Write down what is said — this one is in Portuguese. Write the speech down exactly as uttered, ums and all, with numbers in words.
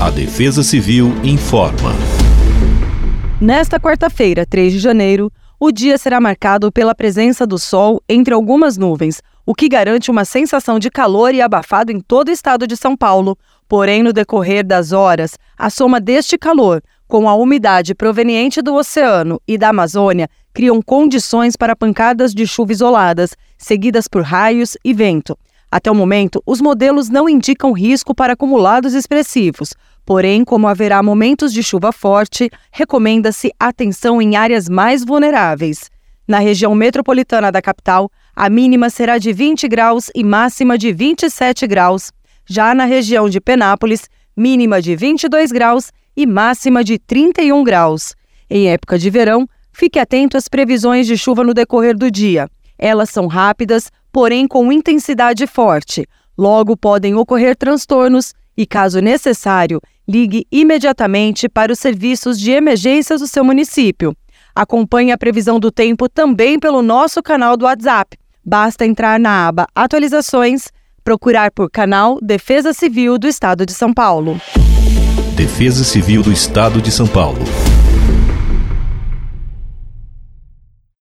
A Defesa Civil informa. Nesta quarta-feira, três de janeiro, o dia será marcado pela presença do sol entre algumas nuvens, o que garante uma sensação de calor e abafado em todo o estado de São Paulo. Porém, no decorrer das horas, a soma deste calor, com a umidade proveniente do oceano e da Amazônia, criam condições para pancadas de chuva isoladas, seguidas por raios e vento. Até o momento, os modelos não indicam risco para acumulados expressivos. Porém, como haverá momentos de chuva forte, recomenda-se atenção em áreas mais vulneráveis. Na região metropolitana da capital, a mínima será de vinte graus e máxima de vinte e sete graus. Já na região de Penápolis, mínima de vinte e dois graus e máxima de trinta e um graus. Em época de verão, fique atento às previsões de chuva no decorrer do dia. Elas são rápidas, porém com intensidade forte. Logo podem ocorrer transtornos e, caso necessário, ligue imediatamente para os serviços de emergências do seu município. Acompanhe a previsão do tempo também pelo nosso canal do WhatsApp. Basta entrar na aba Atualizações, procurar por canal Defesa Civil do Estado de São Paulo. Defesa Civil do Estado de São Paulo.